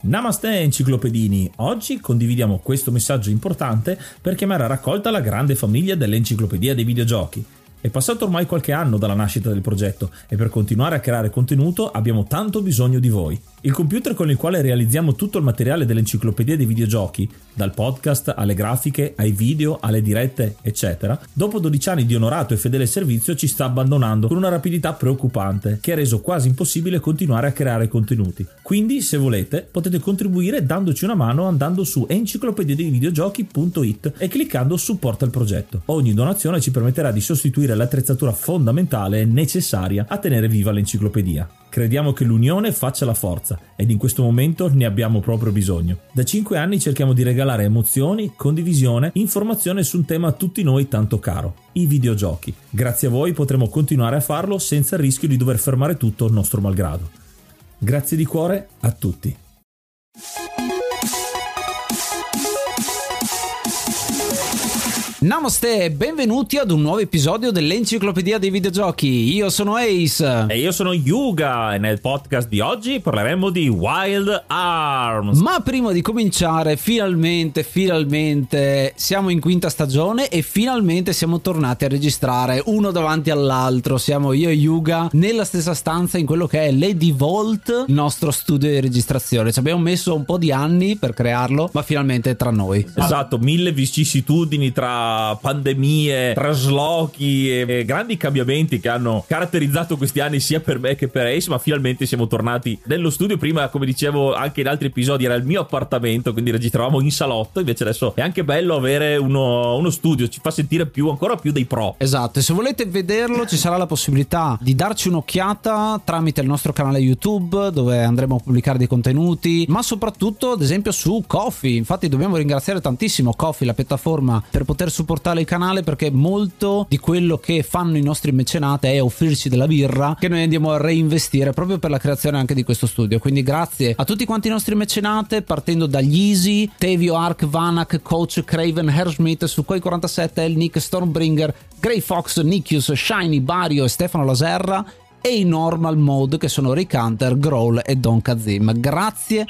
Namaste enciclopedini, oggi condividiamo questo messaggio importante per chiamare a raccolta la grande famiglia dell'Enciclopedia dei Videogiochi. È passato ormai qualche anno dalla nascita del progetto e per continuare a creare contenuto abbiamo tanto bisogno di voi. Il computer con il quale realizziamo tutto il materiale dell'Enciclopedia dei Videogiochi, dal podcast alle grafiche, ai video, alle dirette, eccetera, dopo 12 anni di onorato e fedele servizio ci sta abbandonando con una rapidità preoccupante che ha reso quasi impossibile continuare a creare contenuti. Quindi, se volete, potete contribuire dandoci una mano andando su enciclopediadeivideogiochi.it e cliccando supporta il progetto. Ogni donazione ci permetterà di sostituire l'attrezzatura fondamentale e necessaria a tenere viva l'enciclopedia. Crediamo che l'unione faccia la forza ed in questo momento ne abbiamo proprio bisogno. Da 5 anni cerchiamo di regalare emozioni, condivisione, informazione su un tema a tutti noi tanto caro, i videogiochi. Grazie a voi potremo continuare a farlo senza il rischio di dover fermare tutto nostro malgrado. Grazie di cuore a tutti. Namaste e benvenuti ad un nuovo episodio dell'Enciclopedia dei Videogiochi. Io sono Ace. E io sono Yuga e nel podcast di oggi parleremo di Wild Arms. Ma prima di cominciare, finalmente siamo in quinta stagione e finalmente siamo tornati a registrare uno davanti all'altro. Siamo io e Yuga nella stessa stanza in quello che è Lady Vault, il nostro studio di registrazione. Ci abbiamo messo un po' di anni per crearlo, ma finalmente è tra noi. Esatto, 1000 vicissitudini tra pandemie, traslochi e grandi cambiamenti che hanno caratterizzato questi anni sia per me che per Ace, ma finalmente siamo tornati nello studio. Prima, come dicevo anche in altri episodi, era il mio appartamento, quindi registravamo in salotto, invece adesso è anche bello avere uno studio, ci fa sentire ancora più dei pro. Esatto, e se volete vederlo ci sarà la possibilità di darci un'occhiata tramite il nostro canale YouTube, dove andremo a pubblicare dei contenuti, ma soprattutto ad esempio su Ko-fi. Infatti dobbiamo ringraziare tantissimo Ko-fi, la piattaforma per poter supportare il canale, perché molto di quello che fanno i nostri mecenate è offrirci della birra che noi andiamo a reinvestire proprio per la creazione anche di questo studio. Quindi grazie a tutti quanti i nostri mecenate, partendo dagli Easy, Tevio, Ark, Vanak, Coach, Craven, Herschmidt, Sukhoi 47, El Nick, Stormbringer, Grey Fox, Nikius, Shiny, Bario e Stefano Laserra, e i Normal Mode che sono Rick Hunter, Growl e Don Kazim. Grazie.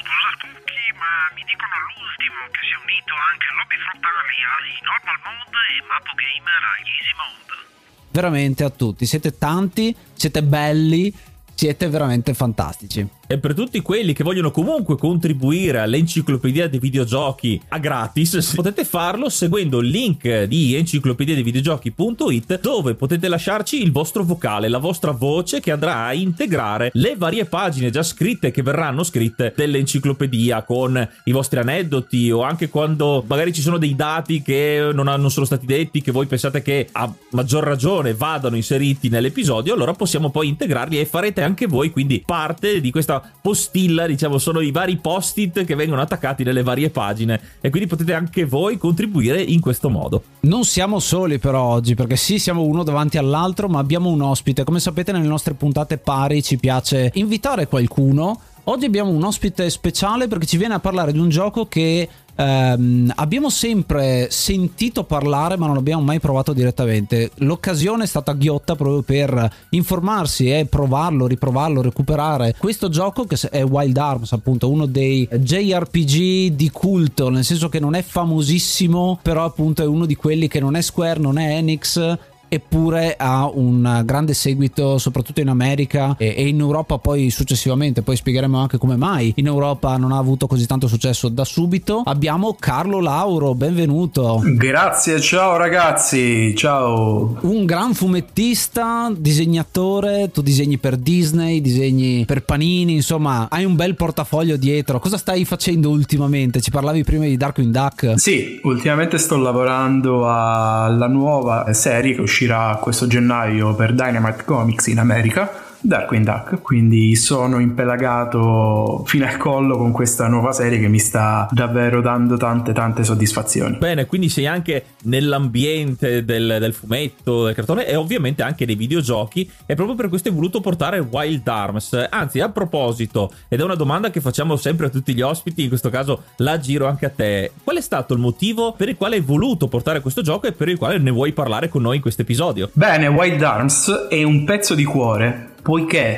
Anche Lobby Frontali ai Normal Mode e Mappo Gamer agli Easy Mode. Veramente a tutti, siete tanti, siete belli, siete veramente fantastici. E per tutti quelli che vogliono comunque contribuire all'Enciclopedia dei Videogiochi a gratis, potete farlo seguendo il link di enciclopediadeivideogiochi.it, dove potete lasciarci il vostro vocale, la vostra voce che andrà a integrare le varie pagine già scritte che verranno scritte dell'enciclopedia, con i vostri aneddoti o anche quando magari ci sono dei dati che non sono stati detti, che voi pensate che a maggior ragione vadano inseriti nell'episodio. Allora possiamo poi integrarli e farete anche voi quindi parte di questa postilla, diciamo, sono i vari post-it che vengono attaccati nelle varie pagine e quindi potete anche voi contribuire in questo modo. Non siamo soli però oggi, perché sì, siamo uno davanti all'altro, ma abbiamo un ospite. Come sapete, nelle nostre puntate pari ci piace invitare qualcuno. Oggi abbiamo un ospite speciale perché ci viene a parlare di un gioco che abbiamo sempre sentito parlare ma non abbiamo mai provato direttamente. L'occasione è stata ghiotta proprio per informarsi e provarlo, riprovarlo, recuperare questo gioco che è Wild Arms, appunto uno dei JRPG di culto, nel senso che non è famosissimo, però appunto è uno di quelli che non è Square, non è Enix, eppure ha un grande seguito soprattutto in America e in Europa poi successivamente. Poi spiegheremo anche come mai in Europa non ha avuto così tanto successo da subito. Abbiamo Carlo Lauro, benvenuto. Grazie, ciao ragazzi, ciao. Un gran fumettista, disegnatore, tu disegni per Disney, disegni per Panini, insomma hai un bel portafoglio dietro. Cosa stai facendo ultimamente? Ci parlavi prima di Darkwing Duck. Sì, ultimamente sto lavorando alla nuova serie che uscirà questo gennaio per Dynamite Comics in America, Darkwing Duck, quindi sono impelagato fino al collo con questa nuova serie che mi sta davvero dando tante soddisfazioni. Bene, quindi sei anche nell'ambiente del fumetto, del cartone e ovviamente anche dei videogiochi, e proprio per questo hai voluto portare Wild Arms. Anzi, a proposito, ed è una domanda che facciamo sempre a tutti gli ospiti, in questo caso la giro anche a te: qual è stato il motivo per il quale hai voluto portare questo gioco e per il quale ne vuoi parlare con noi in questo episodio? Bene, Wild Arms è un pezzo di cuore, poiché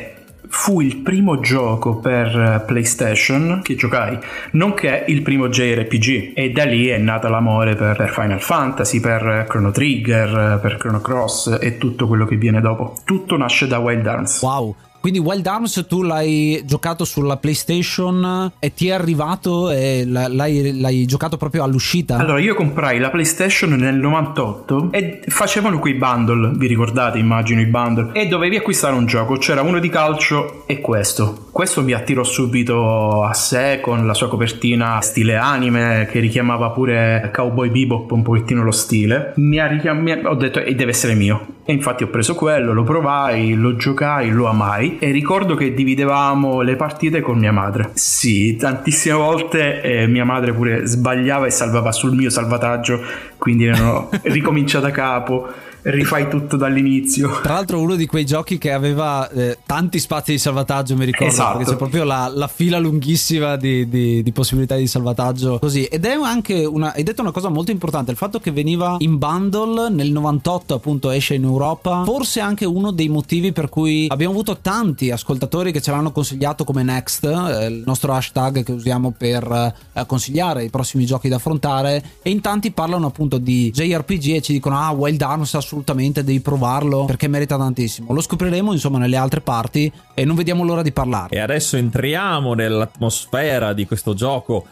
fu il primo gioco per PlayStation che giocai, nonché il primo JRPG, e da lì è nato l'amore per Final Fantasy, per Chrono Trigger, per Chrono Cross e tutto quello che viene dopo. Tutto nasce da Wild Arms. Wow. Quindi Wild Arms tu l'hai giocato sulla PlayStation e ti è arrivato e l'hai giocato proprio all'uscita? Allora, io comprai la PlayStation nel 98 e facevano quei bundle, vi ricordate, immagino i bundle, e dovevi acquistare un gioco, c'era uno di calcio e questo mi attirò subito a sé, con la sua copertina stile anime che richiamava pure Cowboy Bebop un pochettino lo stile. Ho detto deve essere mio, e infatti ho preso quello, lo provai, lo giocai, lo amai, e ricordo che dividevamo le partite con mia madre. Sì, tantissime volte mia madre pure sbagliava e salvava sul mio salvataggio, quindi ricomincia da capo, rifai tutto dall'inizio. Tra l'altro uno di quei giochi che aveva tanti spazi di salvataggio, mi ricordo, esatto, perché c'è proprio la fila lunghissima di possibilità di salvataggio così. Ed è anche hai detto una cosa molto importante, il fatto che veniva in bundle nel 98, appunto esce in Europa, forse anche uno dei motivi per cui abbiamo avuto tanti ascoltatori che ce l'hanno consigliato come next, il nostro hashtag che usiamo per consigliare i prossimi giochi da affrontare, e in tanti parlano appunto di JRPG e ci dicono Wild Arms assolutamente devi provarlo perché merita tantissimo. Lo scopriremo insomma nelle altre parti e non vediamo l'ora di parlare. E adesso entriamo nell'atmosfera di questo gioco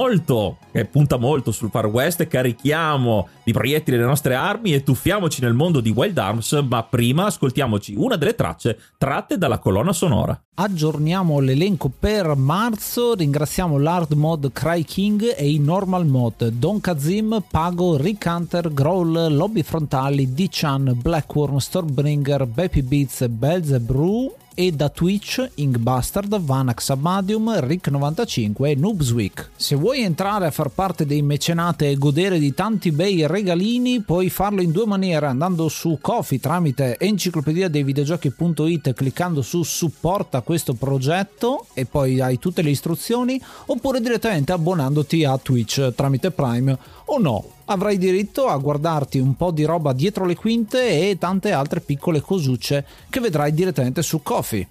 che punta molto sul Far West, carichiamo di proiettili le nostre armi e tuffiamoci nel mondo di Wild Arms, ma prima ascoltiamoci una delle tracce tratte dalla colonna sonora. Aggiorniamo l'elenco per marzo, ringraziamo l'hard mod Cry King e i normal mod Don Kazim, Pago, Rick Hunter, Growl, Lobby Frontali, D-Chan, Blackworm, Stormbringer, Baby Beats, Belzebrew, e da Twitch Ink Bastard, Vanax Abadium, Rick95 e Noobsweek. Se vuoi entrare a far parte dei mecenate e godere di tanti bei regalini, puoi farlo in due maniere: andando su Ko-fi tramite enciclopedia dei videogiochi.it, cliccando su supporta questo progetto e poi hai tutte le istruzioni, oppure direttamente abbonandoti a Twitch tramite Prime o no. Avrai diritto a guardarti un po' di roba dietro le quinte e tante altre piccole cosucce che vedrai direttamente su Ko-fi.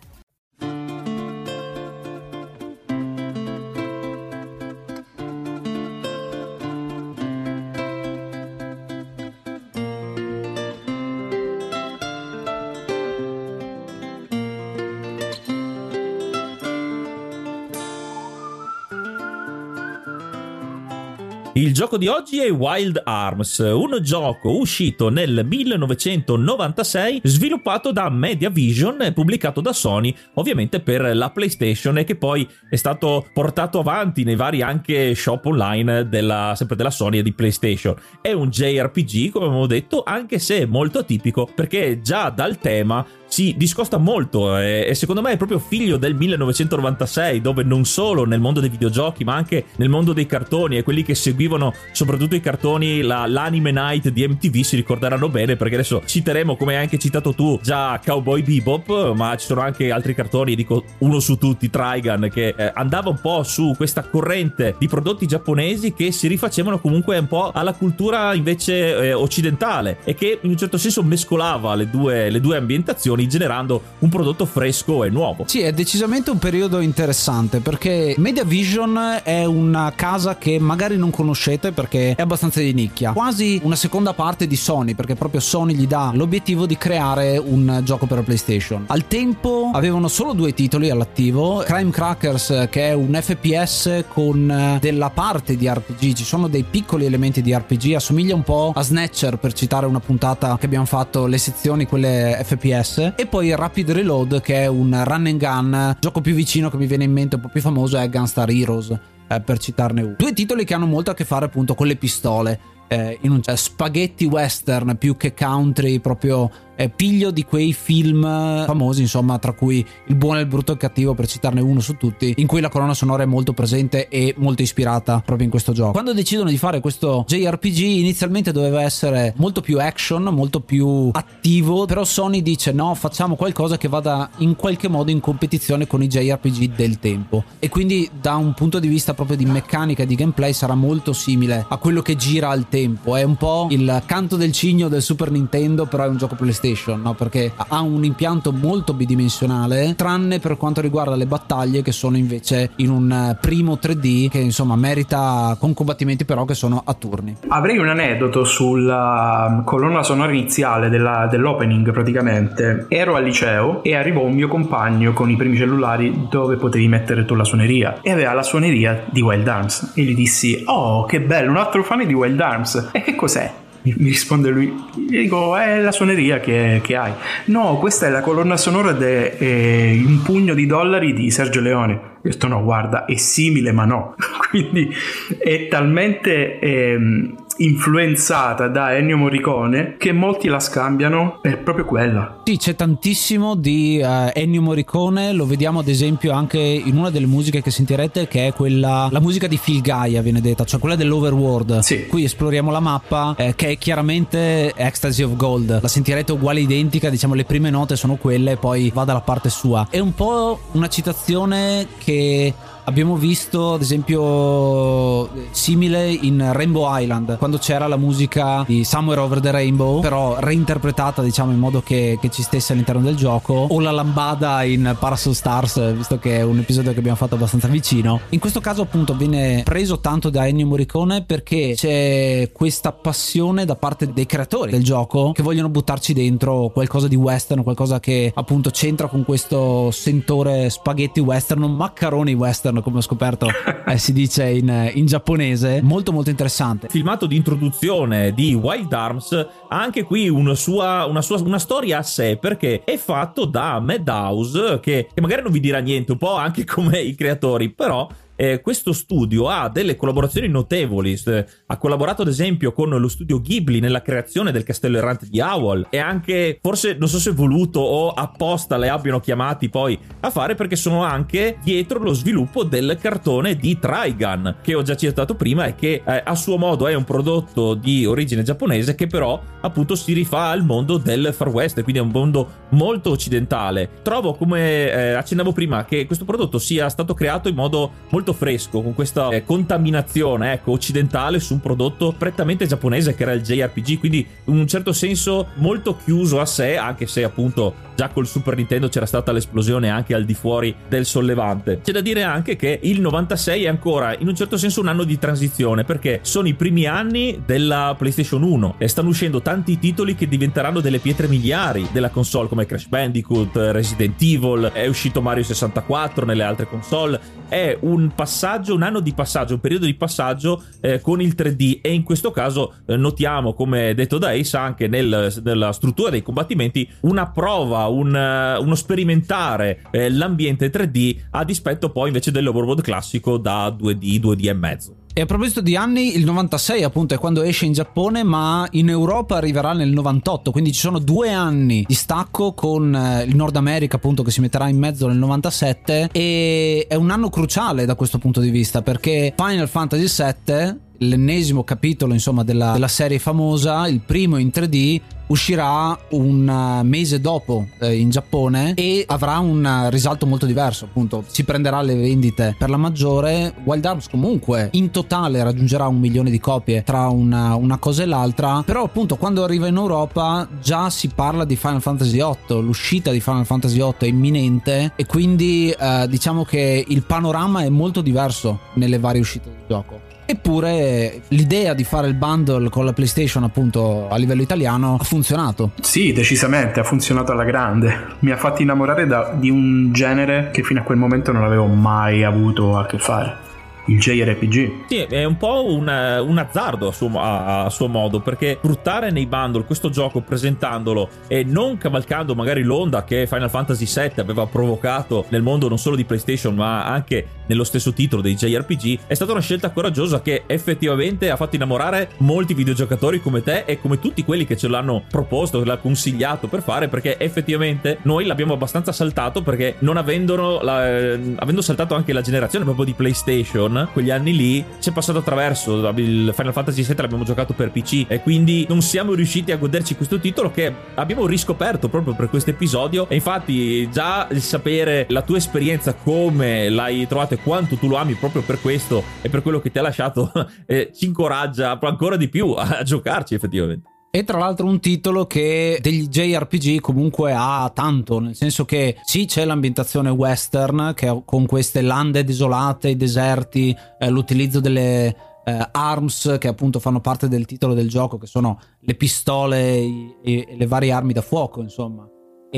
Il gioco di oggi è Wild Arms, un gioco uscito nel 1996, sviluppato da Mediavision e pubblicato da Sony, ovviamente per la PlayStation, e che poi è stato portato avanti nei vari anche shop online sempre della Sony e di PlayStation. È un JRPG, come avevo detto, anche se molto atipico, perché già dal tema si discosta molto e secondo me è proprio figlio del 1996, dove non solo nel mondo dei videogiochi ma anche nel mondo dei cartoni, e quelli che seguivano soprattutto i cartoni, l'anime night di MTV si ricorderanno bene, perché adesso citeremo, come hai anche citato tu, già Cowboy Bebop, ma ci sono anche altri cartoni, dico uno su tutti, Trigun, che andava un po' su questa corrente di prodotti giapponesi che si rifacevano comunque un po' alla cultura invece occidentale, e che in un certo senso mescolava le due ambientazioni, generando un prodotto fresco e nuovo. Sì, è decisamente un periodo interessante, perché Mediavision è una casa che magari non conoscete perché è abbastanza di nicchia, quasi una seconda parte di Sony, perché proprio Sony gli dà l'obiettivo di creare un gioco per la PlayStation. Al tempo avevano solo 2 titoli all'attivo: Crime Crackers, che è un FPS con della parte di RPG, ci sono dei piccoli elementi di RPG, assomiglia un po' a Snatcher, per citare una puntata che abbiamo fatto, le sezioni quelle FPS, e poi Rapid Reload, che è un run and gun. Gioco più vicino che mi viene in mente, un po' più famoso, è Gunstar Heroes, per citarne uno. 2 titoli che hanno molto a che fare appunto con le pistole, in un spaghetti western più che country, proprio piglio di quei film famosi, insomma, tra cui Il buono, il brutto e il cattivo, per citarne uno su tutti, in cui la colonna sonora è molto presente e molto ispirata proprio in questo gioco. Quando decidono di fare questo JRPG, inizialmente doveva essere molto più action, molto più attivo, però Sony dice no, facciamo qualcosa che vada in qualche modo in competizione con i JRPG del tempo, e quindi da un punto di vista proprio di meccanica e di gameplay sarà molto simile a quello che gira al tempo. È un po' il Canto del Cigno del Super Nintendo, però è un gioco PlayStation PlayStation, no? Perché ha un impianto molto bidimensionale, tranne per quanto riguarda le battaglie, che sono invece in un primo 3D che insomma merita, con combattimenti però che sono a turni. Avrei un aneddoto sulla colonna sonora iniziale dell'opening. Praticamente ero al liceo e arrivò un mio compagno con i primi cellulari dove potevi mettere tu la suoneria, e aveva la suoneria di Wild Arms, e gli dissi: oh, che bello, un altro fan di Wild Arms. E che cos'è? Mi risponde lui. Gli dico: è la suoneria che hai. No, questa è la colonna sonora di Un pugno di dollari di Sergio Leone. Io ho detto: no, guarda, è simile ma no. Quindi è talmente influenzata da Ennio Morricone che molti la scambiano per proprio quella. Sì, c'è tantissimo di Ennio Morricone, lo vediamo ad esempio anche in una delle musiche che sentirete, che è quella, la musica di Phil Gaia viene detta, cioè quella dell'Overworld. Sì. Qui esploriamo la mappa che è chiaramente Ecstasy of Gold, la sentirete uguale, identica, diciamo le prime note sono quelle e poi va dalla parte sua. È un po' una citazione che abbiamo visto ad esempio simile in Rainbow Island, quando c'era la musica di Somewhere Over the Rainbow, però reinterpretata diciamo in modo che ci stesse all'interno del gioco, o la lambada in Parasol Stars, visto che è un episodio che abbiamo fatto abbastanza vicino. In questo caso appunto viene preso tanto da Ennio Morricone perché c'è questa passione da parte dei creatori del gioco che vogliono buttarci dentro qualcosa di western, qualcosa che appunto c'entra con questo sentore spaghetti western, maccaroni western come ho scoperto si dice in giapponese. Molto molto interessante. Filmato di introduzione di Wild Arms ha anche qui una storia a sé, perché è fatto da Madhouse che magari non vi dirà niente, un po' anche come i creatori, però questo studio ha delle collaborazioni notevoli. Ha collaborato ad esempio con lo studio Ghibli nella creazione del Castello Errante di Howl, e anche, forse non so se voluto o apposta le abbiano chiamati poi a fare, perché sono anche dietro lo sviluppo del cartone di Trigun che ho già citato prima e che a suo modo è un prodotto di origine giapponese che però appunto si rifà al mondo del Far West, quindi è un mondo molto occidentale. Trovo, come accennavo prima, che questo prodotto sia stato creato in modo molto fresco, con questa contaminazione occidentale su un prodotto prettamente giapponese che era il JRPG, quindi in un certo senso molto chiuso a sé, anche se appunto già col Super Nintendo c'era stata l'esplosione anche al di fuori del sollevante. C'è da dire anche che il 96 è ancora in un certo senso un anno di transizione, perché sono i primi anni della PlayStation 1 e stanno uscendo tanti titoli che diventeranno delle pietre miliari della console, come Crash Bandicoot, Resident Evil, è uscito Mario 64 nelle altre console. È un passaggio, un anno di passaggio, un periodo di passaggio con il 3D, e in questo caso notiamo, come detto da Ace, anche nella struttura dei combattimenti una prova, uno sperimentare l'ambiente 3D a dispetto poi invece dell'Overworld classico da 2D e mezzo. E a proposito di anni, il 96 appunto è quando esce in Giappone, ma in Europa arriverà nel 98, quindi ci sono 2 anni di stacco, con il Nord America appunto che si metterà in mezzo nel 97, e è un anno cruciale da questo punto di vista, perché Final Fantasy VII, l'ennesimo capitolo insomma della serie famosa, il primo in 3D, uscirà un mese dopo in Giappone e avrà un risalto molto diverso, appunto si prenderà le vendite per la maggiore. Wild Arms comunque in totale raggiungerà 1 milione di copie tra una cosa e l'altra, però appunto quando arriva in Europa già si parla di Final Fantasy VIII, l'uscita di Final Fantasy VIII è imminente, e quindi diciamo che il panorama è molto diverso nelle varie uscite del gioco. Eppure l'idea di fare il bundle con la PlayStation appunto a livello italiano ha funzionato. Sì, decisamente ha funzionato alla grande. Mi ha fatto innamorare di un genere che fino a quel momento non avevo mai avuto a che fare. Il JRPG. Sì, è un po' un azzardo a suo modo, perché fruttare nei bundle questo gioco presentandolo e non cavalcando magari l'onda che Final Fantasy VII aveva provocato nel mondo non solo di PlayStation ma anche nello stesso titolo dei JRPG, è stata una scelta coraggiosa che effettivamente ha fatto innamorare molti videogiocatori come te e come tutti quelli che ce l'hanno proposto, che l'hanno consigliato per fare, perché effettivamente noi l'abbiamo abbastanza saltato, perché non avendo saltato anche la generazione proprio di PlayStation, quegli anni lì ci è passato attraverso. Il Final Fantasy VII l'abbiamo giocato per PC e quindi non siamo riusciti a goderci questo titolo che abbiamo riscoperto proprio per questo episodio. E infatti già il sapere la tua esperienza, come l'hai trovato e quanto tu lo ami proprio per questo e per quello che ti ha lasciato, ci incoraggia ancora di più a giocarci effettivamente. E tra l'altro un titolo che degli JRPG comunque ha tanto, nel senso che sì, c'è l'ambientazione western che con queste lande desolate, i deserti, l'utilizzo delle arms che appunto fanno parte del titolo del gioco, che sono le pistole e le varie armi da fuoco, insomma,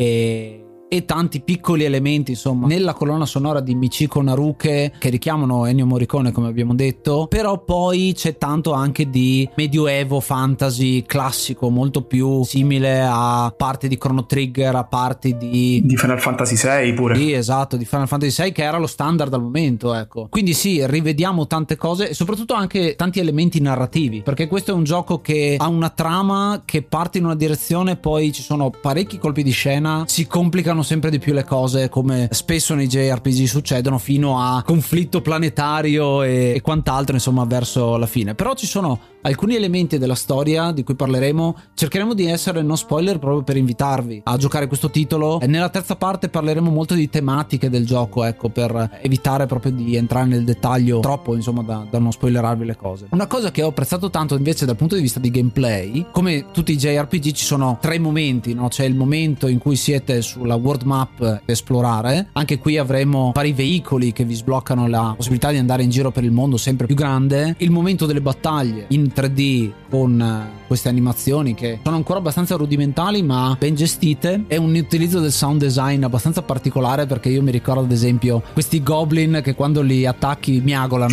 e tanti piccoli elementi, insomma, nella colonna sonora di Michiko Naruke che richiamano Ennio Morricone, come abbiamo detto. Però poi c'è tanto anche di medioevo fantasy classico, molto più simile a parti di Chrono Trigger, a parti di Final Fantasy VI pure. Sì, esatto, di Final Fantasy VI, che era lo standard al momento, ecco. Quindi sì, rivediamo tante cose e soprattutto anche tanti elementi narrativi, perché questo è un gioco che ha una trama che parte in una direzione, poi ci sono parecchi colpi di scena, si complicano sempre di più le cose, come spesso nei JRPG succedono, fino a conflitto planetario e quant'altro, insomma, verso la fine. Però ci sono alcuni elementi della storia di cui parleremo. Cercheremo di essere no spoiler proprio per invitarvi a giocare questo titolo. E nella terza parte parleremo molto di tematiche del gioco, ecco, per evitare proprio di entrare nel dettaglio troppo, insomma, da non spoilerarvi le cose. Una cosa che ho apprezzato tanto invece dal punto di vista di gameplay, come tutti i JRPG ci sono tre momenti, no? C'è il momento in cui siete sulla world map per esplorare. Anche qui avremo vari veicoli che vi sbloccano la possibilità di andare in giro per il mondo sempre più grande. Il momento delle battaglie in 3D con queste animazioni che sono ancora abbastanza rudimentali ma ben gestite, e un utilizzo del sound design abbastanza particolare, perché io mi ricordo ad esempio questi goblin che quando li attacchi miagolano.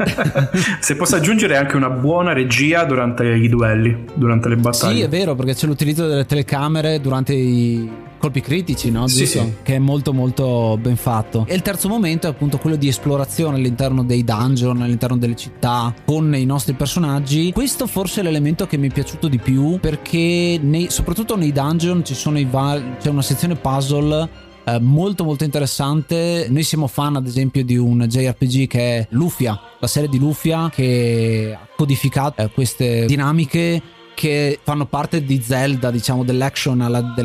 Se posso aggiungere anche una buona regia durante i duelli, durante le battaglie. Sì, è vero, perché c'è l'utilizzo delle telecamere durante i colpi critici, no? Sì, sì. Che è molto molto ben fatto. E il terzo momento è appunto quello di esplorazione all'interno dei dungeon, all'interno delle città, con i nostri personaggi. Questo forse è l'elemento che mi è piaciuto di più, perché soprattutto nei dungeon ci sono c'è una sezione puzzle molto molto interessante. Noi siamo fan ad esempio di un JRPG che è Lufia, la serie di Lufia, che ha codificato queste dinamiche che fanno parte di Zelda, diciamo, dell'action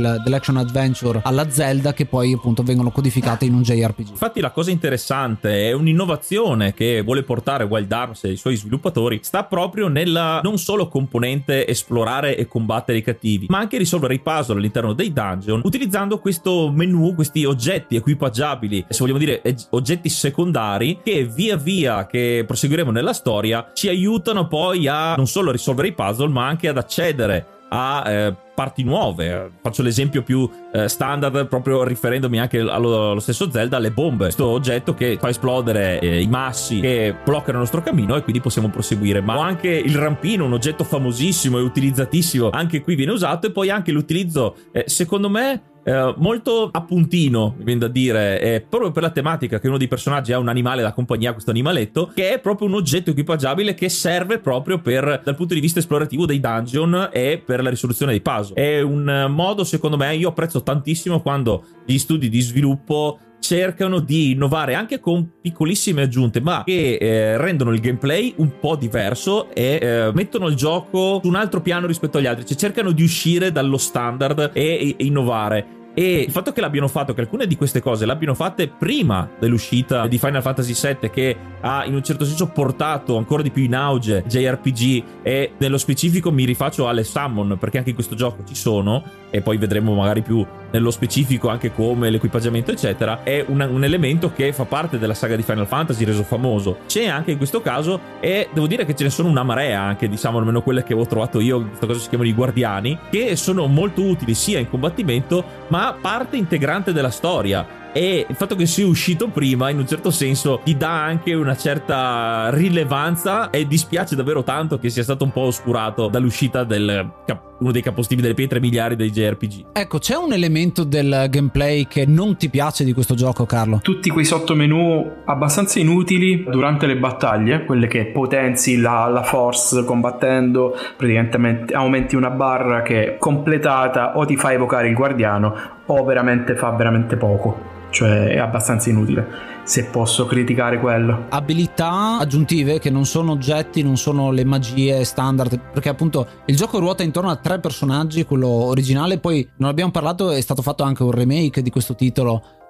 adventure alla Zelda, che poi appunto vengono codificate in un JRPG. Infatti la cosa interessante è un'innovazione che vuole portare Wild Arms e i suoi sviluppatori, sta proprio nella non solo componente esplorare e combattere i cattivi, ma anche risolvere i puzzle all'interno dei dungeon, utilizzando questo menu, questi oggetti equipaggiabili, se vogliamo dire oggetti secondari, che via via che proseguiremo nella storia ci aiutano poi a non solo risolvere i puzzle, ma anche ad accedere a parti nuove. Faccio l'esempio più standard, proprio riferendomi anche allo stesso Zelda, le bombe, questo oggetto che fa esplodere i massi che bloccano il nostro cammino, e quindi possiamo proseguire. Ma anche il rampino, un oggetto famosissimo e utilizzatissimo, anche qui viene usato. E poi anche l'utilizzo secondo me molto a puntino, mi viene da dire, proprio per la tematica che uno dei personaggi ha un animale da compagnia, questo animaletto, che è proprio un oggetto equipaggiabile che serve proprio dal punto di vista esplorativo dei dungeon e per la risoluzione dei puzzle. È un modo, secondo me, io apprezzo tantissimo quando gli studi di sviluppo cercano di innovare anche con piccolissime aggiunte, ma che rendono il gameplay un po' diverso e mettono il gioco su un altro piano rispetto agli altri, cioè cercano di uscire dallo standard e innovare. E il fatto che l'abbiano fatto, che alcune di queste cose l'abbiano fatte prima dell'uscita di Final Fantasy VII, che ha in un certo senso portato ancora di più in auge JRPG, e nello specifico mi rifaccio alle summon, perché anche in questo gioco ci sono, e poi vedremo magari più nello specifico anche come l'equipaggiamento eccetera, è un elemento che fa parte della saga di Final Fantasy reso famoso. C'è anche in questo caso, e devo dire che ce ne sono una marea anche, diciamo, almeno quelle che ho trovato io, in questo caso si chiamano i guardiani, che sono molto utili sia in combattimento ma parte integrante della storia. E il fatto che sia uscito prima, in un certo senso, gli dà anche una certa rilevanza, e dispiace davvero tanto che sia stato un po' oscurato dall'uscita uno dei capostipiti delle pietre miliari dei JRPG. Ecco, c'è un elemento del gameplay che non ti piace di questo gioco, Carlo? Tutti quei sottomenu abbastanza inutili durante le battaglie, quelle che potenzi la force combattendo, praticamente aumenti una barra che completata o ti fa evocare il guardiano o veramente fa veramente poco. Cioè è abbastanza inutile, se posso criticare quello. Abilità aggiuntive che non sono oggetti, non sono le magie standard, perché appunto il gioco ruota intorno a 3 personaggi, quello originale. Poi non abbiamo parlato, è stato fatto anche un remake di questo titolo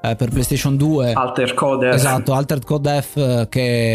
per PlayStation 2, Alter Code F. esatto, Altered Code F,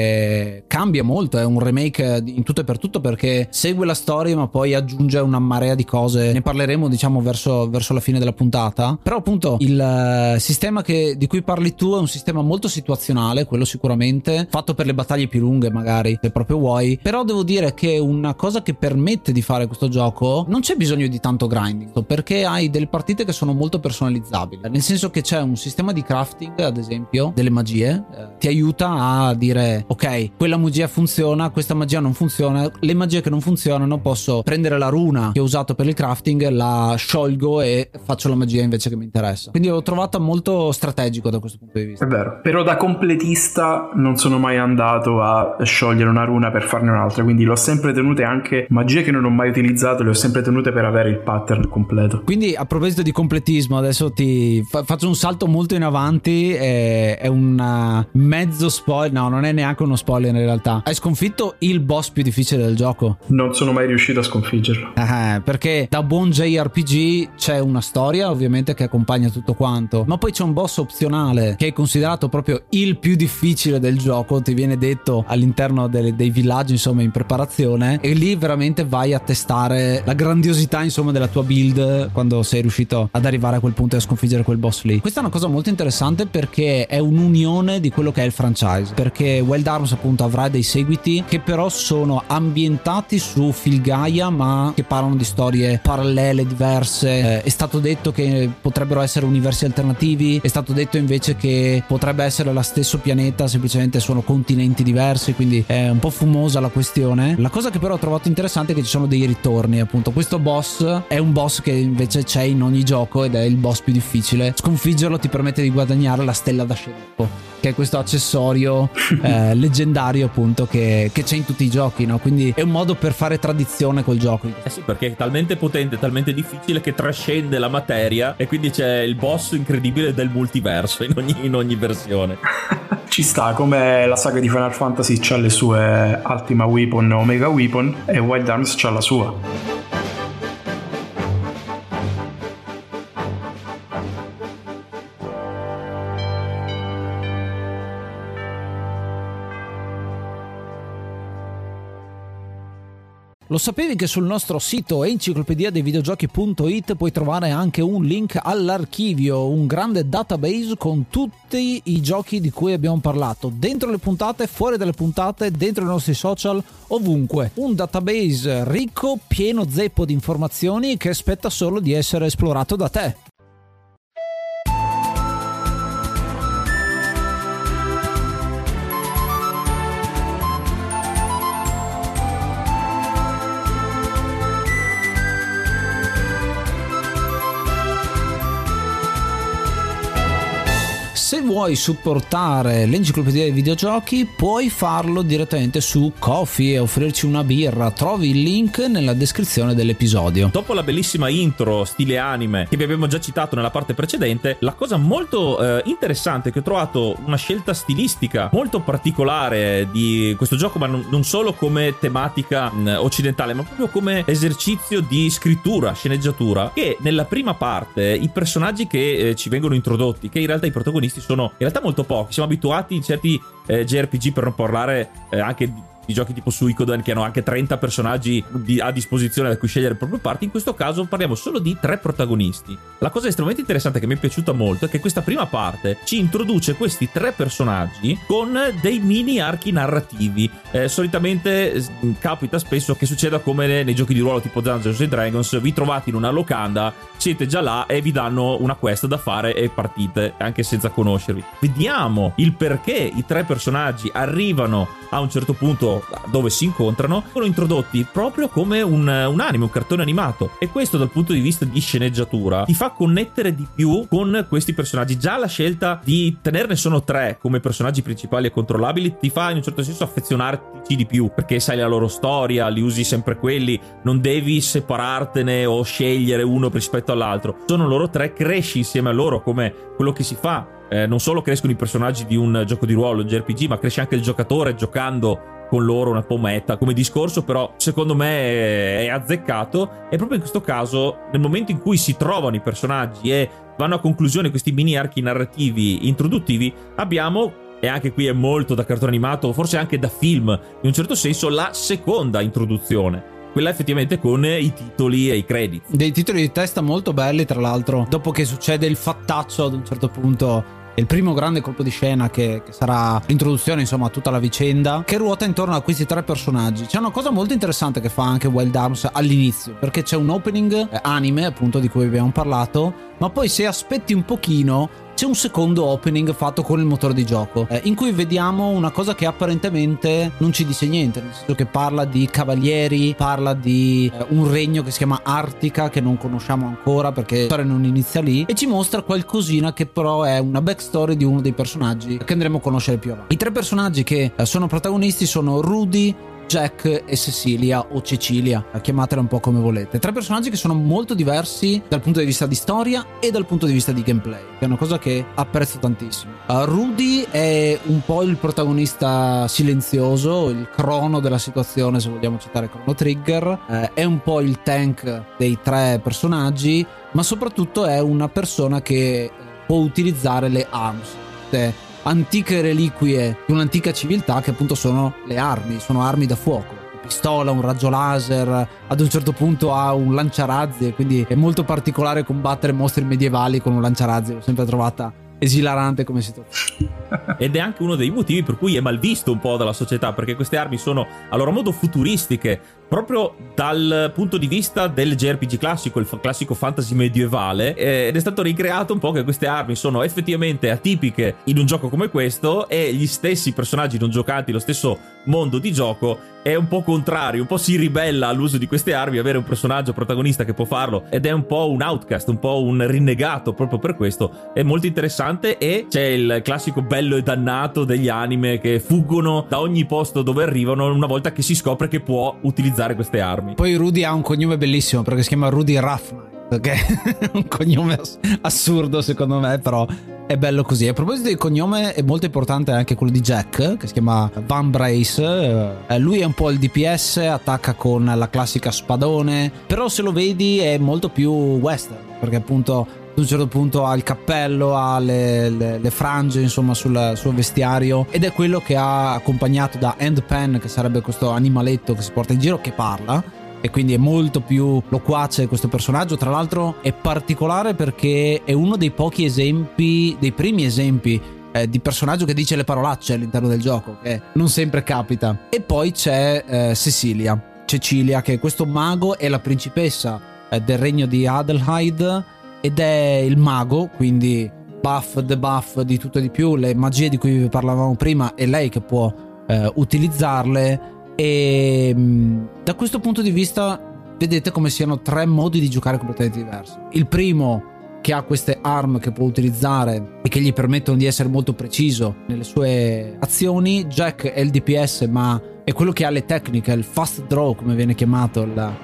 che cambia molto, è un remake in tutto e per tutto perché segue la storia ma poi aggiunge una marea di cose, ne parleremo diciamo verso la fine della puntata. Però appunto il sistema di cui parli tu è un sistema molto situazionale, quello sicuramente, fatto per le battaglie più lunghe magari se proprio vuoi, però devo dire che una cosa che permette di fare questo gioco, non c'è bisogno di tanto grinding perché hai delle partite che sono molto personalizzabili, nel senso che c'è un sistema di crafting, ad esempio delle magie, ti aiuta a dire ok, quella magia funziona, questa magia non funziona, le magie che non funzionano posso prendere la runa che ho usato per il crafting, la sciolgo e faccio la magia invece che mi interessa. Quindi l'ho trovata molto strategico da questo punto di vista. È vero, però da completista non sono mai andato a sciogliere una runa per farne un'altra, quindi l'ho sempre tenute, anche magie che non ho mai utilizzato le ho sempre tenute per avere il pattern completo. Quindi a proposito di completismo, adesso ti faccio un salto molto in avanti, è un mezzo spoiler, no, non è neanche uno spoiler in realtà. Hai sconfitto il boss più difficile del gioco? Non sono mai riuscito a sconfiggerlo. Perché da buon JRPG c'è una storia ovviamente che accompagna tutto quanto, ma poi c'è un boss opzionale che è considerato proprio il più difficile del gioco, ti viene detto all'interno dei villaggi insomma in preparazione, e lì veramente vai a testare la grandiosità insomma della tua build quando sei riuscito ad arrivare a quel punto e a sconfiggere quel boss lì. Questa è una cosa molto interessante perché è un'unione di quello che è il franchise, perché Wild Arms appunto avrà dei seguiti che però sono ambientati su Phil Gaia ma che parlano di storie parallele, diverse. È stato detto che potrebbero essere universi alternativi, è stato detto invece che potrebbe essere lo stesso pianeta, semplicemente sono continenti diversi, quindi è un po' fumosa la questione. La cosa che però ho trovato interessante è che ci sono dei ritorni, appunto questo boss è un boss che invece c'è in ogni gioco ed è il boss più difficile. Sconfiggerlo ti permette di guadagnare la stella da sceriffo, che è questo accessorio leggendario appunto che c'è in tutti i giochi, no? Quindi è un modo per fare tradizione col gioco. Sì, perché è talmente potente, talmente difficile che trascende la materia, e quindi c'è il boss incredibile del multiverso in ogni versione. Ci sta, come la saga di Final Fantasy c'ha le sue Ultima Weapon, Omega Weapon, e Wild Arms c'ha la sua. Lo sapevi che sul nostro sito enciclopediadeivideogiochi.it puoi trovare anche un link all'archivio, un grande database con tutti i giochi di cui abbiamo parlato, dentro le puntate, fuori dalle puntate, dentro i nostri social, ovunque. Un database ricco, pieno zeppo di informazioni che aspetta solo di essere esplorato da te. Se vuoi supportare l'enciclopedia dei videogiochi puoi farlo direttamente su Ko-fi e offrirci una birra. Trovi il link nella descrizione dell'episodio. Dopo la bellissima intro stile anime che vi abbiamo già citato nella parte precedente, la cosa molto interessante è che ho trovato una scelta stilistica molto particolare di questo gioco, ma non solo come tematica occidentale, ma proprio come esercizio di scrittura, sceneggiatura, che nella prima parte i personaggi che ci vengono introdotti, che in realtà i protagonisti sono in realtà molto pochi. Siamo abituati in certi JRPG, per non parlare anche di giochi tipo Suikoden, che hanno anche 30 personaggi a disposizione da cui scegliere il proprio party. In questo caso parliamo solo di 3 protagonisti. La cosa estremamente interessante che mi è piaciuta molto è che questa prima parte ci introduce questi 3 personaggi con dei mini archi narrativi. Solitamente capita spesso che succeda come nei giochi di ruolo tipo Dungeons & Dragons: vi trovate in una locanda, siete già là e vi danno una quest da fare e partite anche senza conoscervi. Vediamo il perché i 3 personaggi arrivano a un certo punto dove si incontrano. Sono introdotti proprio come un anime, un cartone animato, e questo dal punto di vista di sceneggiatura ti fa connettere di più con questi personaggi. Già la scelta di tenerne sono 3 come personaggi principali e controllabili ti fa in un certo senso affezionarti di più, perché sai la loro storia, li usi sempre quelli, non devi separartene o scegliere uno rispetto all'altro. Sono loro 3, cresci insieme a loro, come quello che si fa. Non solo crescono i personaggi di un gioco di ruolo, un JRPG, ma cresce anche il giocatore giocando con loro una pommetta come discorso, però secondo me è azzeccato. E proprio in questo caso, nel momento in cui si trovano i personaggi e vanno a conclusione questi mini archi narrativi introduttivi, abbiamo, e anche qui è molto da cartone animato, forse anche da film in un certo senso, la seconda introduzione, quella effettivamente con i titoli e i credit. Dei titoli di testa molto belli, tra l'altro, dopo che succede il fattaccio ad un certo punto, il primo grande colpo di scena che sarà l'introduzione, insomma, a tutta la vicenda, che ruota intorno a questi tre personaggi. C'è una cosa molto interessante che fa anche Wild Arms all'inizio, perché c'è un opening anime, appunto, di cui abbiamo parlato, ma poi se aspetti un pochino c'è un secondo opening fatto con il motore di gioco, in cui vediamo una cosa che apparentemente non ci dice niente, nel senso che parla di cavalieri, parla di un regno che si chiama Artica, che non conosciamo ancora perché la storia non inizia lì, e ci mostra qualcosina che però è una backstory di uno dei personaggi che andremo a conoscere più avanti. I tre personaggi che sono protagonisti sono Rudy, Jack e Cecilia, o Cecilia, chiamatela un po' come volete. Tre personaggi che sono molto diversi dal punto di vista di storia e dal punto di vista di gameplay, che è una cosa che apprezzo tantissimo. Rudy è un po' il protagonista silenzioso, il crono della situazione, se vogliamo citare Chrono Trigger, è un po' il tank dei tre personaggi, ma soprattutto è una persona che può utilizzare le arms, antiche reliquie di un'antica civiltà, che appunto sono le armi, sono armi da fuoco, una pistola, un raggio laser, ad un certo punto ha un lanciarazzi, e quindi è molto particolare combattere mostri medievali con un lanciarazzi, l'ho sempre trovata esilarante come situazione. Ed è anche uno dei motivi per cui è malvisto un po' dalla società, perché queste armi sono a loro modo futuristiche, proprio dal punto di vista del JRPG classico, il classico fantasy medievale, ed è stato ricreato un po' che queste armi sono effettivamente atipiche in un gioco come questo, e gli stessi personaggi non giocanti, lo stesso mondo di gioco è un po' contrario, un po' si ribella all'uso di queste armi, avere un personaggio protagonista che può farlo, ed è un po' un outcast, un po' un rinnegato proprio per questo. È molto interessante, e c'è il classico bello e dannato degli anime che fuggono da ogni posto dove arrivano una volta che si scopre che può utilizzare queste armi. Poi Rudy ha un cognome bellissimo, perché si chiama Rudy Roughnight, che è un cognome assurdo secondo me, però è bello così. A proposito del cognome, è molto importante anche quello di Jack, che si chiama Van Brace. Lui è un po' il DPS, attacca con la classica spadone, però se lo vedi è molto più western, perché appunto ad un certo punto ha il cappello, ha le frange insomma sul suo vestiario, ed è quello che ha accompagnato da Handpan, che sarebbe questo animaletto che si porta in giro, che parla, e quindi è molto più loquace questo personaggio. Tra l'altro è particolare perché è uno dei pochi esempi, dei primi esempi di personaggio che dice le parolacce all'interno del gioco, che non sempre capita. E poi c'è Cecilia, che è questo mago, è la principessa del regno di Adelheid, ed è il mago, quindi buff, debuff, di tutto e di più, le magie di cui vi parlavamo prima è lei che può utilizzarle. E da questo punto di vista vedete come siano tre modi di giocare completamente diversi. Il primo, che ha queste arm che può utilizzare e che gli permettono di essere molto preciso nelle sue azioni. Jack è il DPS, ma è quello che ha le tecniche, il fast draw come viene chiamato,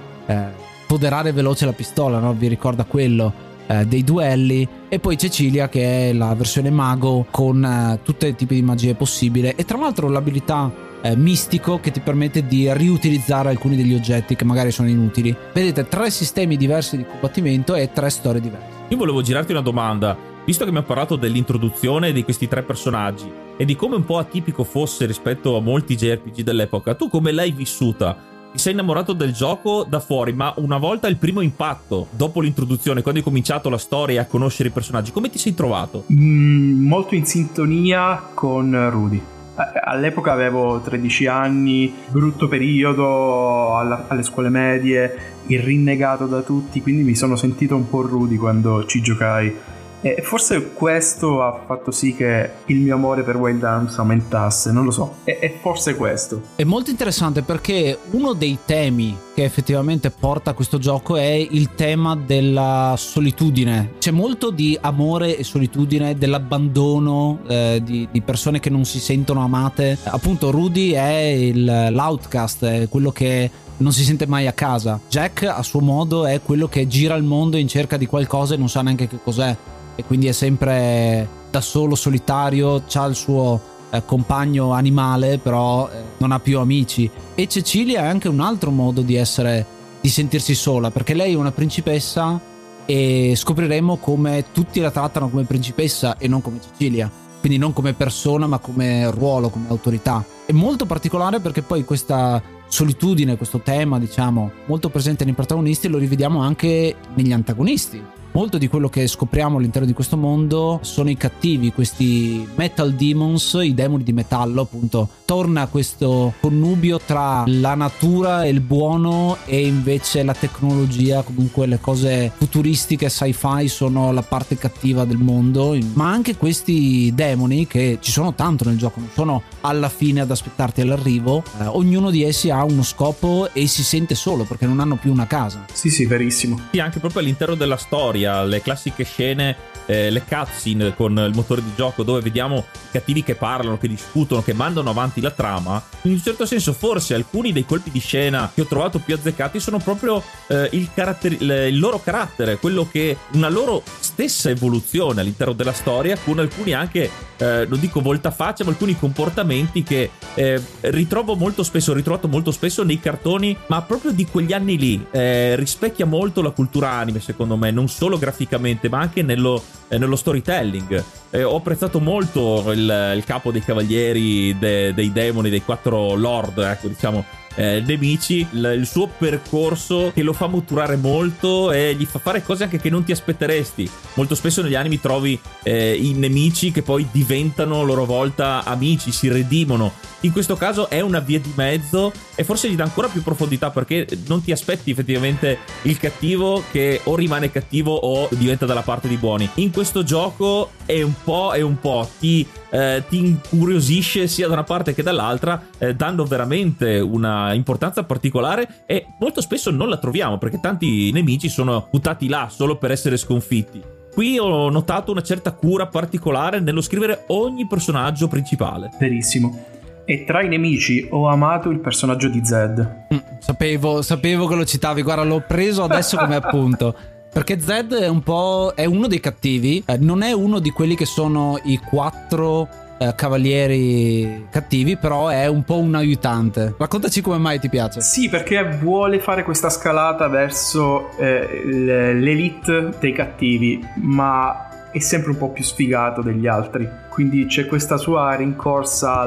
foderare veloce la pistola, no? Vi ricorda quello dei duelli. E poi Cecilia, che è la versione mago con tutti i tipi di magie possibile, e tra l'altro l'abilità mistico che ti permette di riutilizzare alcuni degli oggetti che magari sono inutili. Vedete, tre sistemi diversi di combattimento e tre storie diverse. Io volevo girarti una domanda, visto che mi hai parlato dell'introduzione di questi tre personaggi e di come un po' atipico fosse rispetto a molti JRPG dell'epoca, tu come l'hai vissuta? Ti sei innamorato del gioco da fuori, ma una volta il primo impatto, dopo l'introduzione, quando hai cominciato la storia e a conoscere i personaggi, come ti sei trovato? Molto in sintonia con Rudy. All'epoca avevo 13 anni, brutto periodo alle scuole medie, il rinnegato da tutti, quindi mi sono sentito un po' Rudy quando ci giocai. E forse questo ha fatto sì che il mio amore per Wild Arms aumentasse, non lo so, è forse questo. È molto interessante perché uno dei temi che effettivamente porta a questo gioco è il tema della solitudine. C'è molto di amore e solitudine, dell'abbandono di persone che non si sentono amate. Appunto Rudy è l'outcast, è quello che non si sente mai a casa. Jack a suo modo è quello che gira il mondo in cerca di qualcosa e non sa neanche che cos'è, e quindi è sempre da solo, solitario, c'ha il suo compagno animale, però non ha più amici. E Cecilia è anche un altro modo di sentirsi sola, perché lei è una principessa e scopriremo come tutti la trattano come principessa e non come Cecilia, quindi non come persona ma come ruolo, come autorità. È molto particolare perché poi questa solitudine, questo tema diciamo molto presente nei protagonisti, lo rivediamo anche negli antagonisti. Molto di quello che scopriamo all'interno di questo mondo sono i cattivi, questi metal demons, i demoni di metallo, appunto. Torna questo connubio tra la natura e il buono e invece la tecnologia, comunque le cose futuristiche, sci-fi sono la parte cattiva del mondo, ma anche questi demoni che ci sono tanto nel gioco, non sono alla fine ad aspettarti all'arrivo, ognuno di essi ha uno scopo e si sente solo perché non hanno più una casa. Sì, verissimo. Sì, anche proprio all'interno della storia, le classiche scene, le cutscene con il motore di gioco dove vediamo cattivi che parlano, che discutono, che mandano avanti la trama. In un certo senso forse alcuni dei colpi di scena che ho trovato più azzeccati sono proprio il loro carattere, quello che una loro stessa evoluzione all'interno della storia, con alcuni anche non dico voltafaccia, ma alcuni comportamenti che ritrovato molto spesso nei cartoni, ma proprio di quegli anni lì. Rispecchia molto la cultura anime, secondo me, non solo graficamente ma anche nello storytelling. Ho apprezzato molto il capo dei cavalieri dei demoni, dei 4 lord, ecco, diciamo, nemici, il suo percorso che lo fa maturare molto e gli fa fare cose anche che non ti aspetteresti. Molto spesso negli anime trovi i nemici che poi diventano a loro volta amici, si redimono. In questo caso è una via di mezzo e forse gli dà ancora più profondità, perché non ti aspetti effettivamente il cattivo che o rimane cattivo o diventa dalla parte di buoni. In questo gioco è un po' ti incuriosisce sia da una parte che dall'altra, dando veramente una importanza particolare, e molto spesso non la troviamo perché tanti nemici sono buttati là solo per essere sconfitti. Qui ho notato una certa cura particolare nello scrivere ogni personaggio principale. Verissimo. E tra i nemici ho amato il personaggio di Zed. Sapevo che lo citavi, guarda, l'ho preso adesso come appunto. Perché Zed è uno dei cattivi, non è uno di quelli che sono i 4 cavalieri cattivi, però è un po' un aiutante. Raccontaci come mai ti piace. Sì, perché vuole fare questa scalata verso l'elite dei cattivi, ma è sempre un po' più sfigato degli altri, quindi c'è questa sua rincorsa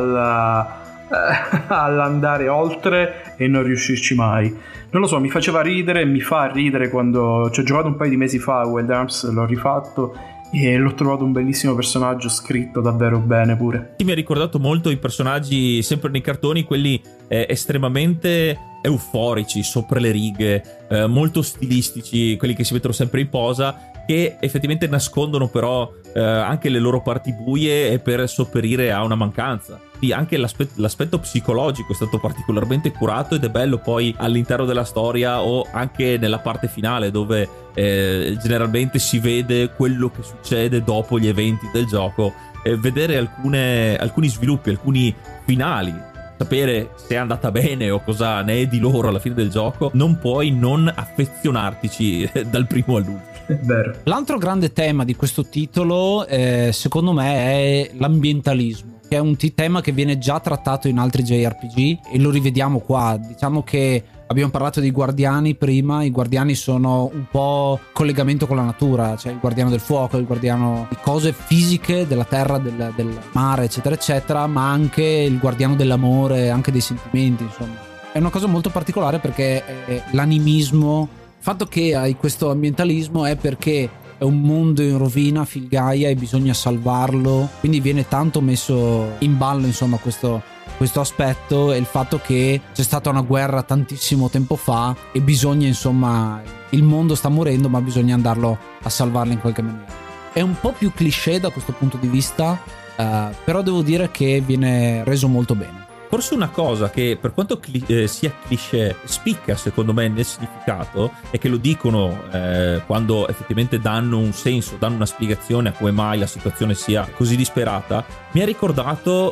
all'andare oltre e non riuscirci mai. Non lo so, mi faceva ridere, mi fa ridere quando ci ho giocato un paio di mesi fa a Wild Arms, l'ho rifatto e l'ho trovato un bellissimo personaggio, scritto davvero bene pure. Mi ha ricordato molto i personaggi sempre nei cartoni, quelli estremamente euforici, sopra le righe, molto stilistici, quelli che si mettono sempre in posa, che effettivamente nascondono però anche le loro parti buie e per sopperire a una mancanza. Quindi anche l'aspetto psicologico è stato particolarmente curato, ed è bello poi all'interno della storia o anche nella parte finale, dove generalmente si vede quello che succede dopo gli eventi del gioco, vedere alcuni sviluppi, alcuni finali, sapere se è andata bene o cosa ne è di loro alla fine del gioco. Non puoi non affezionartici dal primo all'ultimo. È vero. L'altro grande tema di questo titolo secondo me è l'ambientalismo, che è un tema che viene già trattato in altri JRPG e lo rivediamo qua. Diciamo che abbiamo parlato dei guardiani prima, i guardiani sono un po' collegamento con la natura, cioè il guardiano del fuoco, il guardiano di cose fisiche, della terra, del mare, eccetera eccetera, ma anche il guardiano dell'amore, anche dei sentimenti, insomma. È una cosa molto particolare perché l'animismo, il fatto che hai questo ambientalismo è perché è un mondo in rovina, Filgaia, e bisogna salvarlo, quindi viene tanto messo in ballo, insomma, questo aspetto, e il fatto che c'è stata una guerra tantissimo tempo fa e bisogna, insomma, il mondo sta morendo ma bisogna andarlo a salvarlo in qualche maniera. È un po' più cliché da questo punto di vista, però devo dire che viene reso molto bene. Forse una cosa che, per quanto sia cliché, spicca secondo me nel significato, e che lo dicono quando effettivamente danno un senso, danno una spiegazione a come mai la situazione sia così disperata, mi ha ricordato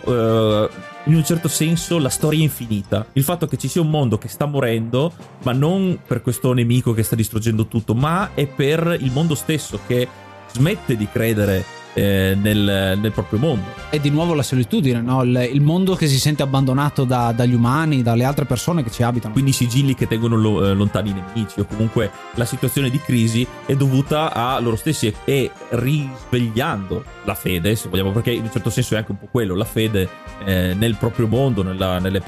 in un certo senso la storia infinita. Il fatto che ci sia un mondo che sta morendo, ma non per questo nemico che sta distruggendo tutto, ma è per il mondo stesso che smette di credere nel proprio mondo. E di nuovo la solitudine, no? Il mondo che si sente abbandonato dagli umani, dalle altre persone che ci abitano. Quindi i sigilli che tengono lontani i nemici, o comunque la situazione di crisi è dovuta a loro stessi, e risvegliando la fede, se vogliamo, perché in un certo senso è anche un po' quello, la fede nel proprio mondo, nei